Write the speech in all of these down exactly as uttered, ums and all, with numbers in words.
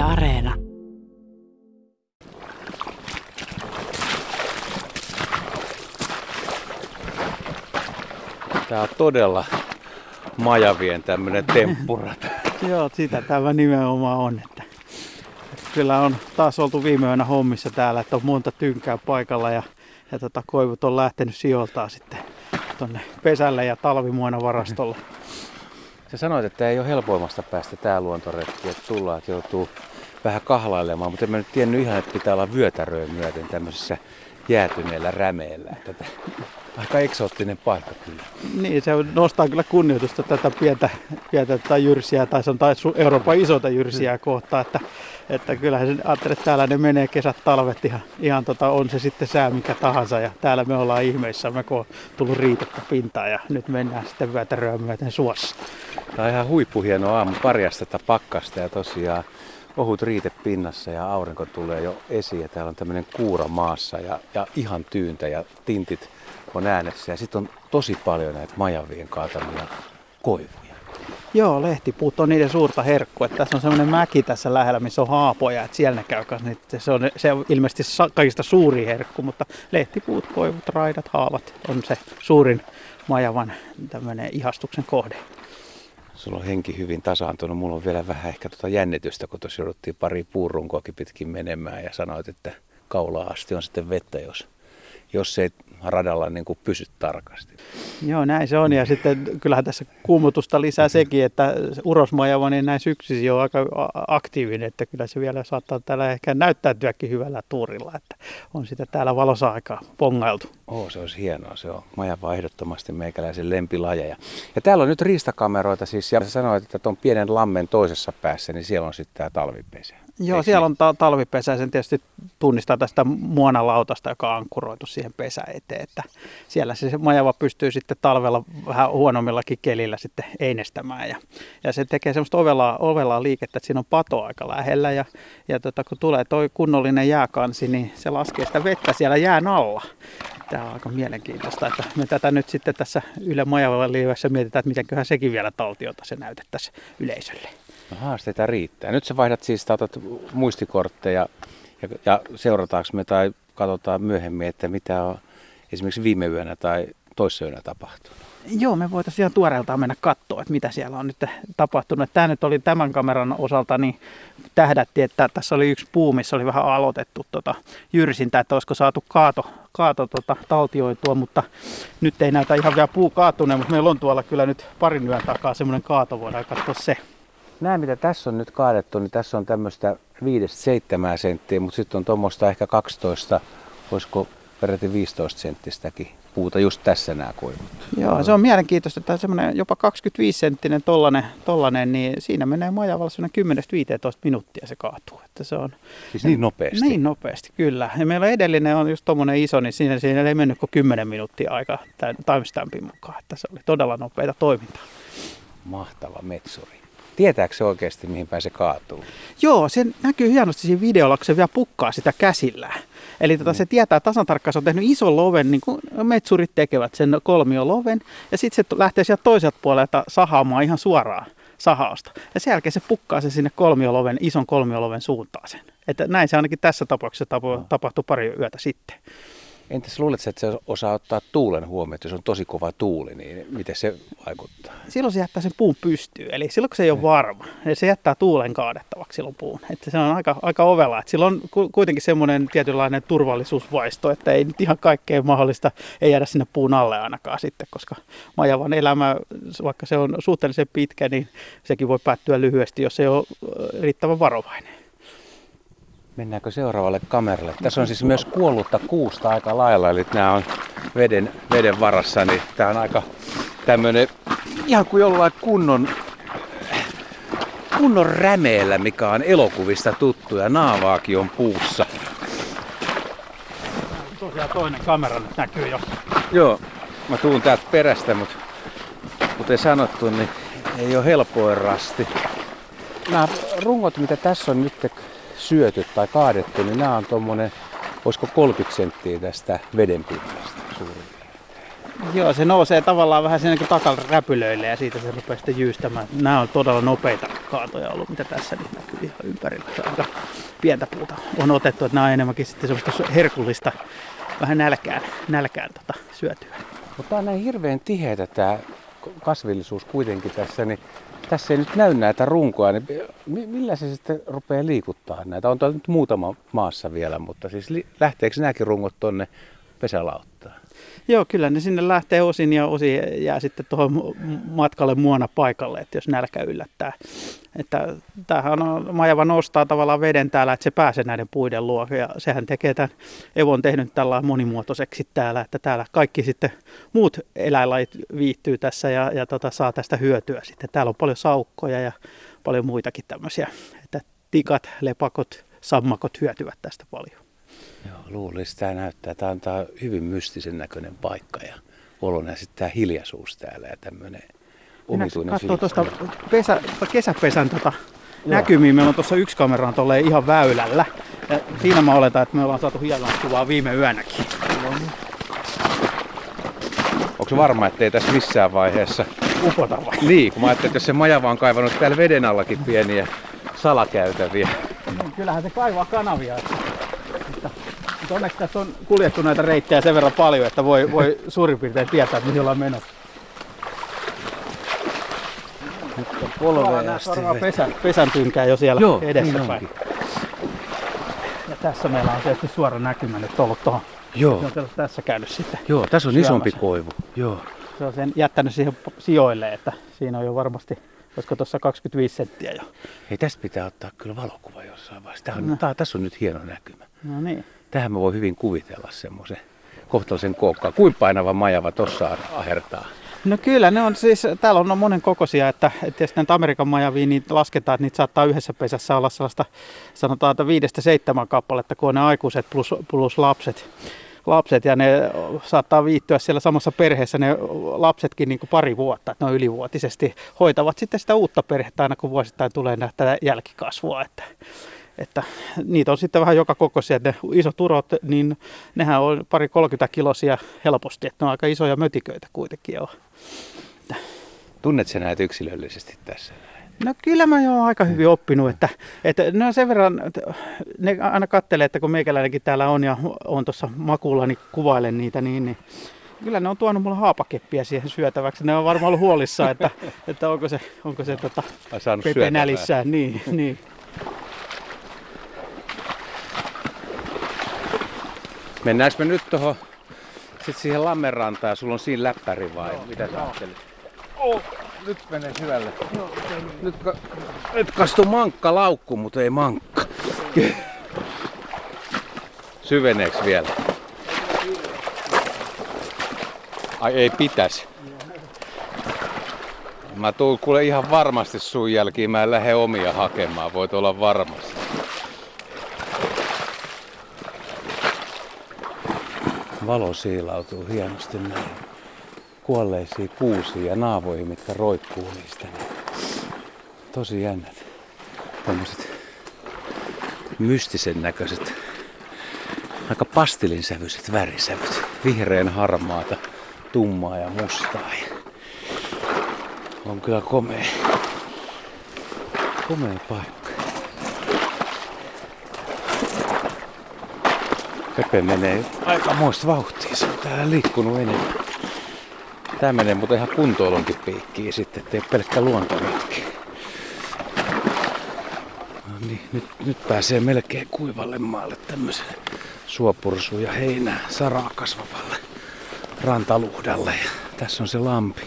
Areena. Tää on todella majavien tämmönen temppurat. Joo, sitä tämä nimenomaan on. Että, että kyllä on taas oltu viime yönä hommissa täällä, että on monta tynkää paikalla ja, ja tota, koivut on lähtenyt sijoiltaan sitten tonne pesälle ja talvimuonavarastolle. Sä sanoit, että ei ole helpoimmasta päästä tää luontoretki, että tullaan, että joutuu vähän kahlailemaan, mutta en mä nyt tiennyt ihan, että pitää olla vyötäröön myöten tämmöisessä jäätyneellä rämeellä. Tätä, aika eksoottinen paikka kyllä. Niin, se nostaa kyllä kunnioitusta tätä pientä, pientä tätä jyrsiä, tai se on taas Euroopan isoita jyrsiä kohtaa, että, että kyllähän se ajattelee, että täällä ne menee kesät, talvet ihan, ihan tota, on se sitten sää mikä tahansa, ja täällä me ollaan ihmeissämme, kun on tullut riitettä pintaan, ja nyt mennään sitten vyötäröä myöten suossa. Tämä on ihan huippuhieno aamu, parjastetta pakkasta ja tosiaan ohut riite pinnassa ja aurinko tulee jo esiin ja täällä on tämmöinen kuura maassa ja, ja ihan tyyntä ja tintit on äänessä ja sitten on tosi paljon näitä majavien kaatamia koivuja. Joo, lehtipuut on niiden suurta herkkua. Että tässä on semmoinen mäki tässä lähellä, missä on haapoja, että siellä ne käy kanssa. Se on, se on ilmeisesti kaikista suuri herkku, mutta lehtipuut, koivut, raidat, haavat on se suurin majavan tämmöinen ihastuksen kohde. Sulla on henki hyvin tasaantunut. Mulla on vielä vähän ehkä tuota jännitystä, kun tuossa jouduttiin pari puurunkoakin pitkin menemään ja sanoit, että kaulaa asti on sitten vettä, jos, jos ei radalla niin kuin pysy tarkasti. Joo, näin se on. Ja sitten kyllähän tässä kuumutusta lisää sekin, että urosmajava niin näin syksyisin on aika aktiivinen, että kyllä se vielä saattaa täällä ehkä näyttäytyäkin hyvällä tuurilla, että on sitä täällä valossa aikaa pongailtu. Oo, se olisi hienoa. Se on majava ehdottomasti meikäläisen lempilajeja. Ja täällä on nyt riistakameroita siis, ja sä sanoit, että tuon pienen lammen toisessa päässä, niin siellä on sitten tämä talvipesä. Joo, siellä on ta- talvipesä, sen tietysti tunnistaa tästä muonalautasta, joka on ankkuroitu siihen pesään eteen, että siellä se majava pystyy sitten talvella vähän huonommillakin kelillä sitten einestämään ja, ja se tekee semmoista ovelaa, ovelaa liikettä, että siinä on pato aika lähellä ja, ja tota, kun tulee toi kunnollinen jääkansi, niin se laskee sitä vettä siellä jään alla. Tämä on aika mielenkiintoista, että me tätä nyt sitten tässä Yle Majavalla liivessä mietitään, että mitenköhän sekin vielä taltiota se näytettäisiin yleisölle. No haasteita riittää. Nyt sä vaihdat siis, otat muistikortteja ja, ja seurataanko me tai katsotaan myöhemmin, että mitä on esimerkiksi viime yönä tai toissayönä tapahtunut. Joo, me voitaisiin ihan tuoreeltaan mennä katsoa, että mitä siellä on nyt tapahtunut. Tämä nyt oli tämän kameran osalta, niin tähdättiin, että tässä oli yksi puu, missä oli vähän aloitettu tota jyrsintä, että olisiko saatu kaato, kaato tota, taltioitua, mutta nyt ei näytä ihan vielä puu kaatuneen, mutta meillä on tuolla kyllä nyt parin yön takaa semmoinen kaato, voidaan katsoa se. Nämä, mitä tässä on nyt kaadettu, niin tässä on tämmöistä viidestä seitsemään senttiä, mutta sitten on tuommoista ehkä kaksitoista, voisiko peräti viisitoista senttistäkin puuta just tässä nämä koivut. Joo, se on mielenkiintoista, että semmoinen jopa kaksikymmentäviisi senttinen tollanen, tollanen, niin siinä menee majavalla semmoinen kymmenestä viiteentoista minuuttia se kaatuu. Että se on, siis niin nopeasti? Niin nopeasti, kyllä. Ja meillä edellinen on just tommonen iso, niin siinä, siinä ei mennyt kuin kymmenen minuuttia aika timestampin mukaan, että se oli todella nopeita toimintaa. Mahtava metsuri. Tietääkö se oikeasti, mihin päin se kaatuu? Joo, se näkyy hienosti siinä videolla, kun se vielä pukkaa sitä käsillään. Eli tota, mm. se tietää tasan tarkkaan, se on tehnyt ison loven, niin kuin metsurit tekevät sen kolmioloven. Ja sitten se lähtee sieltä toiselta puolelta sahaamaan ihan suoraan sahausta. Ja sen jälkeen se pukkaa se sinne kolmioloven, ison kolmioloven suuntaan sen. Että näin se ainakin tässä tapauksessa tapahtui pari yötä sitten. Entäs luuletko, että se osaa ottaa tuulen huomioon, että jos on tosi kova tuuli, niin miten se vaikuttaa? Silloin se jättää sen puun pystyyn, eli silloin kun se ei ole varma, niin se jättää tuulen kaadettavaksi silloin puun. Että se on aika, aika ovela, että sillä on kuitenkin semmoinen tietynlainen turvallisuusvaisto, että ei nyt ihan kaikkea mahdollista, ei jäädä sinne puun alle ainakaan sitten, koska majavan elämä, vaikka se on suhteellisen pitkä, niin sekin voi päättyä lyhyesti, jos ei ole riittävän varovainen. Mennäänkö seuraavalle kameralle? Tässä on siis myös kuollutta kuusta aika lailla, eli nämä on veden, veden varassa, niin tämä on aika tämmöinen ihan kuin jollain kunnon, kunnon rämeellä, mikä on elokuvista tuttu ja naavaakin on puussa. Tosiaan toinen kamera nyt näkyy jo. Joo, mä tuun täältä perästä, mutta kuten sanottu, niin ei ole helpoin rasti. Nämä rungot, mitä tässä on nyt syöty tai kaadettu, niin nämä on tuommoinen, olisiko kolmekymmentä senttiä tästä vedenpinnasta suurin. Joo, se nousee tavallaan vähän siinä takalla räpylöille ja siitä se rupeaa sitten jyystämään. Nämä on todella nopeita kaatoja ollut, mitä tässä nyt näkyy ihan ympärillä. Aika pientä puuta on otettu, että nämä on enemmänkin sitten semmoista herkullista, vähän nälkään, nälkään tota, syötyä. Mutta tämä on näin hirveän tiheätä tämä kasvillisuus kuitenkin tässä, niin tässä ei nyt näy näitä runkoja, niin millä se sitten rupeaa liikuttaa näitä? On nyt muutama maassa vielä, mutta siis lähteekö nämäkin rungot tuonne pesälauttaan? Joo, kyllä ne sinne lähtee osin ja osin jää sitten tuohon matkalle muona paikalle, että jos nälkä yllättää. Että tämähän on, majava nostaa tavallaan veden täällä, että se pääsee näiden puiden luo. Ja sehän tekee tämän, Evo on tehnyt tällä monimuotoiseksi täällä, että täällä kaikki sitten muut eläinlajit viihtyy tässä ja, ja tota, saa tästä hyötyä sitten. Täällä on paljon saukkoja ja paljon muitakin tämmöisiä, että tikat, lepakot, sammakot hyötyvät tästä paljon. Joo, luulisin, tämä näyttää. Tämä on tämä hyvin mystisen näköinen paikka ja olon ja sitten tämä hiljaisuus täällä ja tämmöinen omituinen fiilis. Katsoo tuosta pesä, kesäpesän tota näkymiä. Meillä on tuossa yksi kamera on ihan väylällä. Ja siinä mä oletan, että me ollaan saatu hienoa kuvaa viime yönäkin. Onko se varma, ettei tässä missään vaiheessa upota vai? Niin, kun mä ajattelin, että jos se majava on kaivannut täällä veden allakin pieniä salakäytäviä. No, kyllähän se kaivaa kanavia. Että, että, mutta onneksi tässä on kuljettu näitä reittejä sen verran paljon, että voi, voi suurin piirtein tietää, että mihin ollaan menossa. Nyt on polvea asti pesän, pesän tynkää jo siellä Joo, edessäpäin. Niin ja tässä meillä on tietysti suora näkymä nyt ollut tuohon. Joo. Se on tässä käynyt sitten. Joo, tässä on syömässä. Isompi koivu. Joo. Se on sen jättänyt siihen sijoille, että siinä on jo varmasti, olisiko tuossa kaksikymmentäviisi senttiä jo. Hei, tästä pitää ottaa kyllä valokuva jossain vaiheessa. Tämä on, no. tää, tässä on nyt hieno näkymä. No niin. Tähän mä voin hyvin kuvitella semmoisen kohtalaisen kookkaan. Kuinka painava majava tuossa ahertaa? No kyllä, ne on siis, täällä on monen kokoisia, että, että jos näitä Amerikan majavia niin lasketaan, että niitä saattaa yhdessä pesässä olla sellaista, sanotaan, että viidestä seitsemän kappaletta, kun on ne aikuiset plus, plus lapset. lapset. Ja ne saattaa viihtyä siellä samassa perheessä, ne lapsetkin niin kuin pari vuotta, että ne on ylivuotisesti. Hoitavat sitten sitä uutta perhettä aina, kun vuosittain tulee tätä jälkikasvua. Että, että niitä on sitten vähän joka kokoisia. Ne isot urot, niin nehän on pari kolmekymmentä kilosia helposti, että ne on aika isoja mötiköitä kuitenkin jo. Tunnet sä näitä yksilöllisesti tässä? No kyllä mä jo oon aika hyvin oppinut, että, että ne on sen verran, ne aina kattelee, että kun meikäläinenkin täällä on ja on tuossa makuulla, niin kuvailen niitä, niin, niin kyllä ne on tuonut mulle haapakeppiä siihen syötäväksi. Ne on varmaan ollut huolissaan, että, että onko se, onko se tota, Pepe nälissään. Niin, niin. Mennäänkö me nyt tuohon sit siihen Lammenrantaan? Sulla on siinä läppäri vai joo, mitä sä ajattelit? Oh, nyt menee syvälle. No, nyt, ka- nyt kastuu mankka laukku, mutta ei mankka. Syveneeks vielä? Ai ei pitäisi. Mä tuun kuule ihan varmasti sun jälkiin. Mä en lähde omia hakemaan. Voit olla varmasti. Valo siilautuu hienosti näin kuolleisiin kuusiin ja naavoihin, mitkä roikkuu niistä. Niin tosi jännät. Tommoset mystisen näköiset, aika pastilinsävyiset värisävyt. Vihreän harmaata, tummaa ja mustaa. On kyllä komea, komea paikka. Pepe menee aika muista vauhtia, se on täällä liikkunut enemmän. Tää menee muuten ihan kuntoilunkin piikkiin sitten, ettei pelkkä luontoretki. No niin, nyt, nyt pääsee melkein kuivalle maalle tämmöiselle suopursuun ja heinää saraa kasvavalle rantaluhdalle. Ja tässä on se lampi.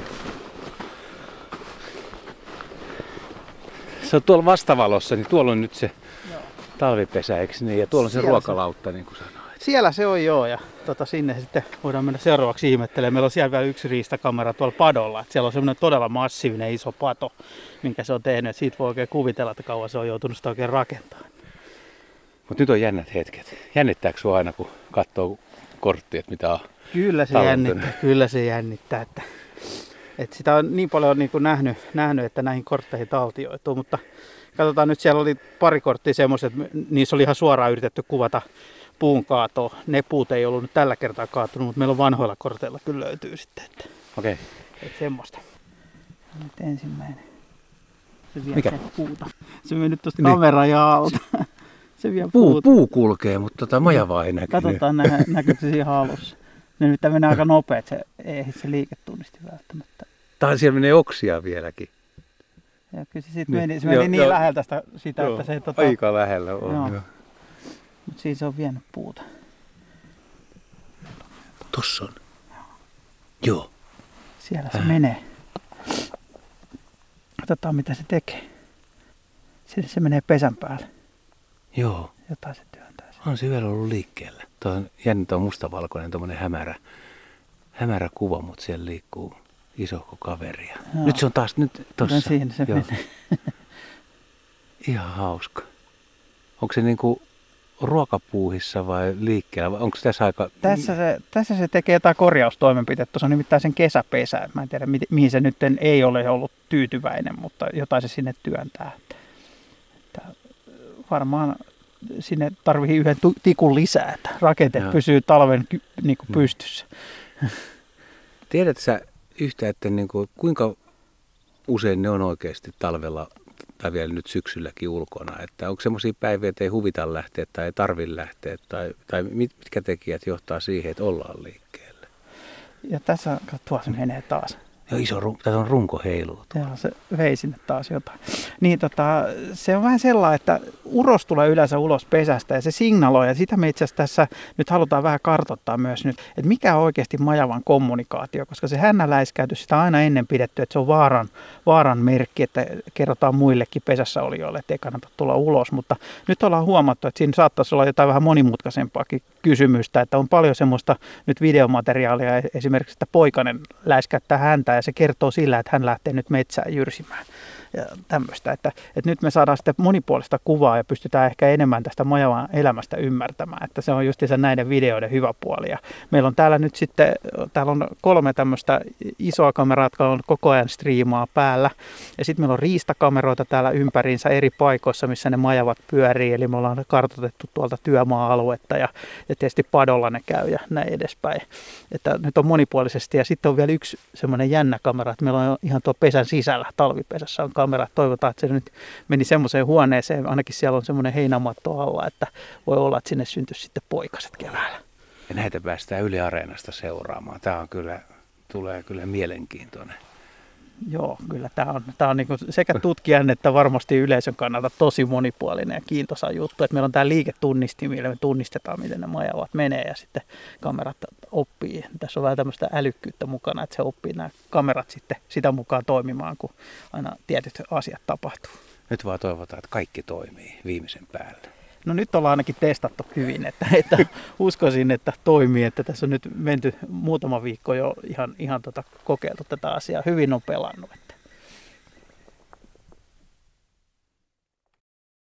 Se on tuolla vastavalossa, niin tuolla on nyt se talvipesä, eikö niin? Ja tuolla on se siellä ruokalautta, se, niin kuin sanoit. Siellä se on joo, ja tota, sinne sitten voidaan mennä seuraavaksi ihmettelemään. Meillä on siellä vielä yksi riistakamera tuolla padolla. Että siellä on semmoinen todella massiivinen iso pato, minkä se on tehnyt. Siitä voi oikein kuvitella, että kauan se on joutunut sitä oikein rakentamaan. Mutta nyt on jännät hetket. Jännittääkö sinua aina, kun katsoo korttia, että mitä on Kyllä se jännittää, kyllä se jännittää. Että, että sitä on niin paljon niin kuin nähnyt, nähnyt, että näihin kortteihin taltioituu, mutta katsotaan nyt, siellä oli pari korttia semmoiset, niissä oli ihan suoraan yritetty kuvata puun kaatoa. Ne puut ei ollut nyt tällä kertaa kaatunut, mutta meillä on vanhoilla korteilla kyllä löytyy sitten. Että, Okei. Okay. Että semmoista. Nyt ensimmäinen. Se vie Mikä? Se puuta. Se meni nyt tuosta Niin. kameran jaalta. Se vie Puu, puuta. puu kulkee, mutta tota majavaa ei näkynyt. Katsotaan nä- näkyykö se siinä halussa. Ne nyt menee aika nopea, että se ei ehdi se liiketunnisti välttämättä. Tai siellä menee oksia vieläkin. Ja kyllä se, sit Niin. meni, se meni Joo, niin joo. läheltä sitä, sitä Joo, että se tota, aika lähellä on. Joo. Joo. mutta siinä se on vienyt puuta. Tossa on. Joo. Siellä se Äh. menee. Katsotaan mitä se tekee. Sinne se menee pesän päälle. Joo. Jotain se työntää. On se vielä ollut liikkeellä. Tuo on jännä, tuo on mustavalkoinen, tuommoinen hämärä, hämärä kuva, mutta siellä liikkuu isohko kaveria. Joo. Nyt se on taas nyt tossa. Siinä se Joo. menee. Ihan hauska. Onko se niinku ruokapuuhissa vai liikkeellä? Vai onko tässä aika... Tässä se, tässä se tekee jotain korjaustoimenpiteitä. Tuossa on nimittäin sen kesäpesä. Mä en tiedä, mi- mihin se nyt ei ole ollut tyytyväinen, mutta jotain se sinne työntää. Että, että varmaan sinne tarvii yhden tu- tikun lisää, että rakenteet Joo. pysyy talven ky- niin kuin Mm. pystyssä. Tiedätkö sä yhtä, että niinku, kuinka usein ne on oikeasti talvella tai vielä nyt syksylläkin ulkona? Että onko semmoisia päiviä, että ei huvita lähteä tai ei tarvitse lähteä? Tai, tai mit- mitkä tekijät johtaa siihen, että ollaan liikkeellä? Ja tässä, tuo se menee taas. Ja iso, ru- tässä on runko heiluu. Joo, se vei sinne taas jotain. Niin tota, se on vähän sellainen, että uros tulee yleensä ulos pesästä ja se signaloi. Ja sitä me itse asiassa tässä nyt halutaan vähän kartoittaa myös nyt, että mikä on oikeasti majavan kommunikaatio. Koska se hännäläiskäytös, sitä on aina ennen pidetty, että se on vaaran, vaaran merkki, että kerrotaan muillekin pesässä olijoille, että ei kannata tulla ulos. Mutta nyt ollaan huomattu, että siinä saattaisi olla jotain vähän monimutkaisempaakin kysymystä, että on paljon semmoista nyt videomateriaalia, esimerkiksi että poikainen läiskäyttää häntä ja se kertoo sillä, että hän lähtee nyt metsään jyrsimään ja tämmöistä, että, että nyt me saadaan sitten monipuolista kuvaa ja pystytään ehkä enemmän tästä majavan elämästä ymmärtämään, että se on justiinsa näiden videoiden hyvä puoli. Ja meillä on täällä nyt sitten, täällä on kolme tämmöistä isoa kameraa, jotka on koko ajan striimaa päällä ja sitten meillä on riistakameroita täällä ympäriinsä eri paikoissa, missä ne majavat pyörii, eli me ollaan kartoitettu tuolta työmaa-aluetta ja, ja tietysti padolla ne käy ja näin edespäin. Että nyt on monipuolisesti ja sitten on vielä yksi semmoinen jännä kamera, että meillä on ihan tuo pesän sisällä, talvipesässä on kamera. Toivotaan, että se nyt meni semmoiseen huoneeseen, ainakin siellä on semmoinen heinämatto alla, että voi olla, että sinne syntyisi sitten poikaset keväällä. Ja näitä päästään Yle Areenasta seuraamaan. Tämä on kyllä, tulee kyllä mielenkiintoinen. Joo, kyllä tämä on, tämä on niin kuin sekä tutkijan että varmasti yleisön kannalta tosi monipuolinen ja kiintoisa juttu, että meillä on tämä liiketunnisti, millä me tunnistetaan, miten ne majavat menee ja sitten kamerat oppii. Tässä on vähän tämmöistä älykkyyttä mukana, että se oppii nämä kamerat sitten sitä mukaan toimimaan, kun aina tietyt asiat tapahtuu. Nyt vaan toivotaan, että kaikki toimii viimeisen päälle. No nyt ollaan ainakin testattu hyvin, että, että uskoisin, että toimii, että tässä on nyt menty muutama viikko jo ihan, ihan tota, kokeiltu tätä asiaa. Hyvin on pelannut.